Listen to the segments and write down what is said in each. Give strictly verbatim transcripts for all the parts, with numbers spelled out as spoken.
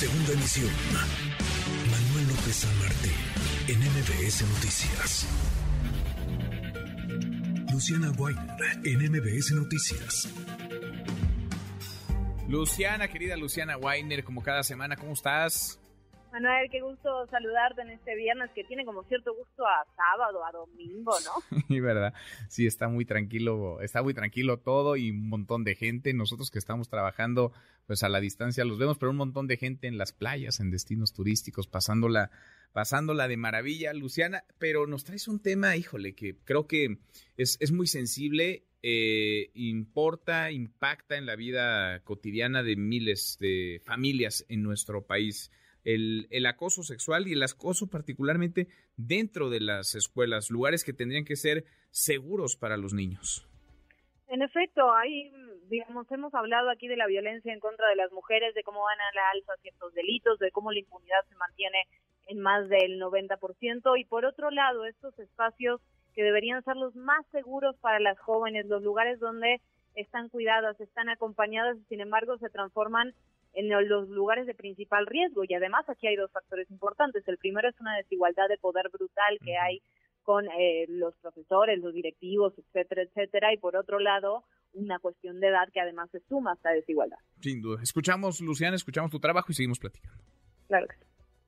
Segunda emisión. Manuel López San Martín, en M B S Noticias. Luciana Weiner, en M B S Noticias. Luciana, querida Luciana Weiner, como cada semana, ¿cómo estás? Manuel, qué gusto saludarte en este viernes que tiene como cierto gusto a sábado, a domingo, ¿no? Sí, verdad. Sí, está muy tranquilo, está muy tranquilo todo y un montón de gente. Nosotros que estamos trabajando pues a la distancia los vemos, pero un montón de gente en las playas, en destinos turísticos, pasándola, pasándola de maravilla, Luciana. Pero nos traes un tema, híjole, que creo que es, es muy sensible, eh, importa, impacta en la vida cotidiana de miles de familias en nuestro país. El, el acoso sexual y el acoso particularmente dentro de las escuelas, lugares que tendrían que ser seguros para los niños. En efecto, ahí, digamos, hemos hablado aquí de la violencia en contra de las mujeres, de cómo van a la alza ciertos delitos, de cómo la impunidad se mantiene en más del noventa por ciento, y por otro lado, estos espacios que deberían ser los más seguros para las jóvenes, los lugares donde están cuidadas, están acompañadas, y sin embargo se transforman en los lugares de principal riesgo. Y además aquí hay dos factores importantes. El primero es una desigualdad de poder brutal que hay con eh, los profesores, los directivos, etcétera, etcétera, y por otro lado, una cuestión de edad que además se suma a esta desigualdad. Sin duda. Escuchamos, Luciana, escuchamos tu trabajo y seguimos platicando. Claro que sí.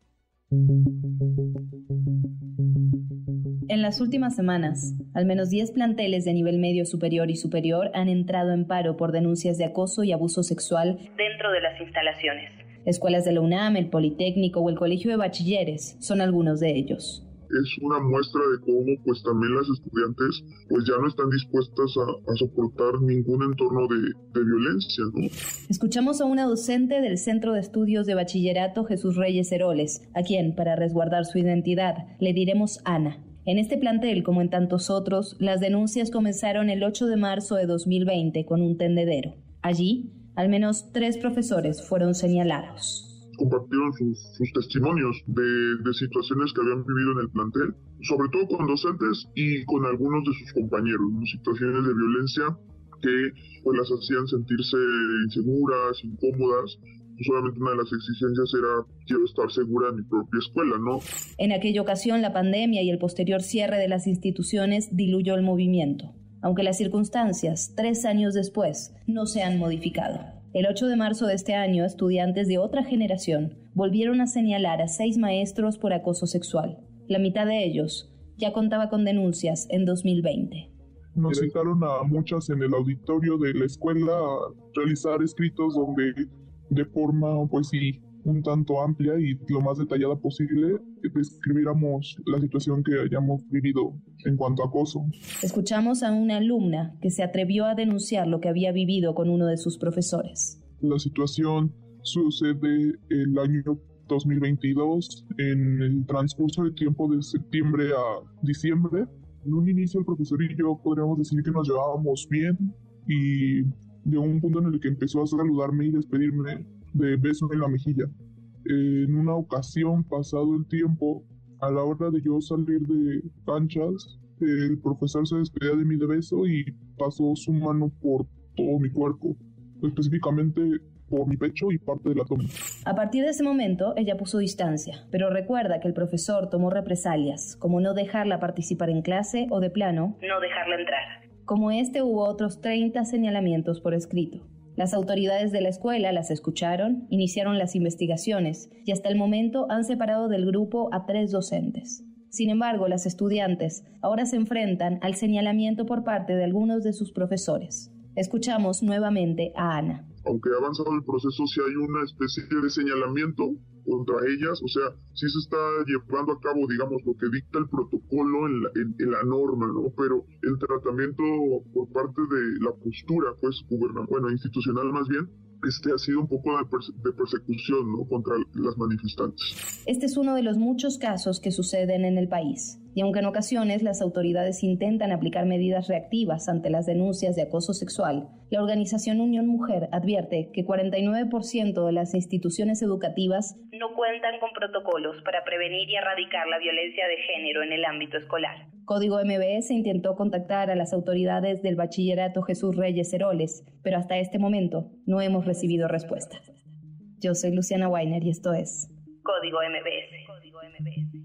En las últimas semanas, al menos diez planteles de nivel medio superior y superior han entrado en paro por denuncias de acoso y abuso sexual dentro de las instalaciones. Escuelas de la UNAM, el Politécnico o el Colegio de Bachilleres son algunos de ellos. Es una muestra de cómo pues también las estudiantes pues ya no están dispuestas a, a soportar ningún entorno de, de violencia, ¿no? Escuchamos a una docente del Centro de Estudios de Bachillerato Jesús Reyes Heroles, a quien, para resguardar su identidad, le diremos Ana. En este plantel, como en tantos otros, las denuncias comenzaron el ocho de marzo de dos mil veinte con un tendedero. Allí, al menos tres profesores fueron señalados. Compartieron sus, sus testimonios de, de situaciones que habían vivido en el plantel, sobre todo con docentes y con algunos de sus compañeros, ¿no? Situaciones de violencia que pues, las hacían sentirse inseguras, incómodas. Pues, obviamente una de las exigencias era quiero estar segura en mi propia escuela, ¿no? En aquella ocasión, la pandemia y el posterior cierre de las instituciones diluyó el movimiento, aunque las circunstancias, tres años después, no se han modificado. El ocho de marzo de este año, estudiantes de otra generación volvieron a señalar a seis maestros por acoso sexual. La mitad de ellos ya contaba con denuncias en dos mil veinte. Nos citaron a muchas en el auditorio de la escuela a realizar escritos donde de forma, pues sí, un tanto amplia y lo más detallada posible, describiéramos la situación que hayamos vivido en cuanto a acoso. Escuchamos a una alumna que se atrevió a denunciar lo que había vivido con uno de sus profesores. La situación sucede el año dos mil veintidós, en el transcurso del tiempo de septiembre a diciembre. En un inicio el profesor y yo podríamos decir que nos llevábamos bien y de un punto en el que empezó a saludarme y despedirme de beso en la mejilla. En una ocasión, pasado el tiempo, a la hora de yo salir de canchas, el profesor se despedía de mí de beso y pasó su mano por todo mi cuerpo, específicamente por mi pecho y parte del abdomen. A partir de ese momento, ella puso distancia, pero recuerda que el profesor tomó represalias, como no dejarla participar en clase o de plano, no dejarla entrar. Como este, hubo otros treinta señalamientos por escrito. Las autoridades de la escuela las escucharon, iniciaron las investigaciones y hasta el momento han separado del grupo a tres docentes. Sin embargo, las estudiantes ahora se enfrentan al señalamiento por parte de algunos de sus profesores. Escuchamos nuevamente a Ana. Aunque ha avanzado el proceso, sí hay una especie de señalamiento contra ellas, o sea, sí se está llevando a cabo, digamos, lo que dicta el protocolo en la, en, en la norma, ¿no? Pero el tratamiento por parte de la postura, pues, gubernamental, bueno, institucional más bien, este ha sido un poco de, perse- de persecución, ¿no?, contra las manifestantes. Este es uno de los muchos casos que suceden en el país. Y aunque en ocasiones las autoridades intentan aplicar medidas reactivas ante las denuncias de acoso sexual, la organización Unión Mujer advierte que cuarenta y nueve por ciento de las instituciones educativas no cuentan con protocolos para prevenir y erradicar la violencia de género en el ámbito escolar. Código M B S intentó contactar a las autoridades del Bachillerato Jesús Reyes Heroles, pero hasta este momento no hemos recibido respuesta. Yo soy Luciana Weiner y esto es Código M B S. Código M B S.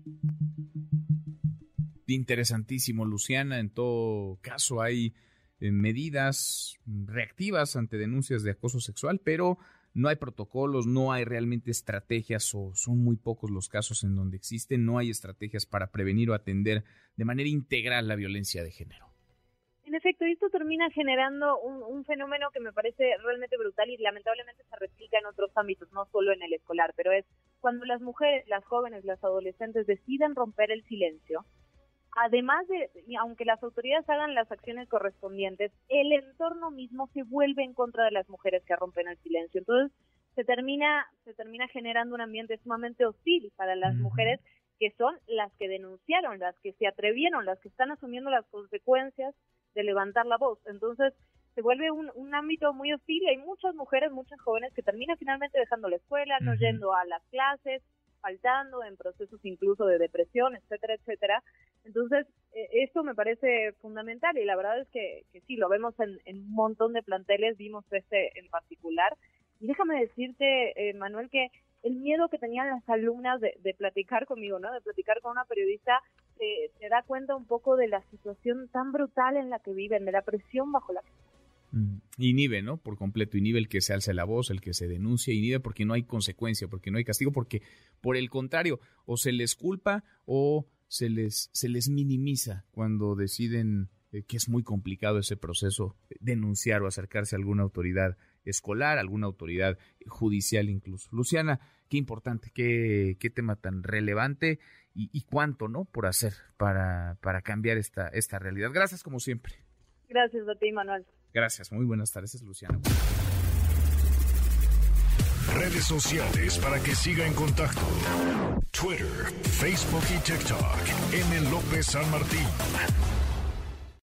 Interesantísimo, Luciana. En todo caso hay eh, medidas reactivas ante denuncias de acoso sexual, pero no hay protocolos, no hay realmente estrategias, o son muy pocos los casos en donde existen, no hay estrategias para prevenir o atender de manera integral la violencia de género. En efecto, esto termina generando un, un fenómeno que me parece realmente brutal y lamentablemente se replica en otros ámbitos, no solo en el escolar, pero es cuando las mujeres, las jóvenes, las adolescentes deciden romper el silencio. Además de, aunque las autoridades hagan las acciones correspondientes, el entorno mismo se vuelve en contra de las mujeres que rompen el silencio. Entonces, se termina, se termina generando un ambiente sumamente hostil para las mujeres que son las que denunciaron, las que se atrevieron, las que están asumiendo las consecuencias de levantar la voz. Entonces, se vuelve un, un ámbito muy hostil y hay muchas mujeres, muchas jóvenes que terminan finalmente dejando la escuela, no yendo a las clases, faltando en procesos incluso de depresión, etcétera, etcétera. Entonces, eh, esto me parece fundamental y la verdad es que, que sí, lo vemos en, en un montón de planteles, vimos este en particular. Y déjame decirte, eh, Manuel, que el miedo que tenían las alumnas de, de platicar conmigo, ¿no? De platicar con una periodista, eh, se da cuenta un poco de la situación tan brutal en la que viven, de la presión bajo la que Mm. Inhibe, ¿no? Por completo, inhibe el que se alce la voz, el que se denuncie, inhibe porque no hay consecuencia, porque no hay castigo, porque por el contrario, o se les culpa o se les, se les minimiza cuando deciden eh, que es muy complicado ese proceso, eh, denunciar o acercarse a alguna autoridad escolar, alguna autoridad judicial incluso. Luciana, qué importante, qué, qué tema tan relevante y, y cuánto, ¿no? Por hacer para, para cambiar esta, esta realidad. Gracias como siempre. Gracias a ti, Manuel. Gracias, muy buenas tardes, es Luciana. Redes sociales para que siga en contacto: Twitter, Facebook y TikTok. M. López San Martín.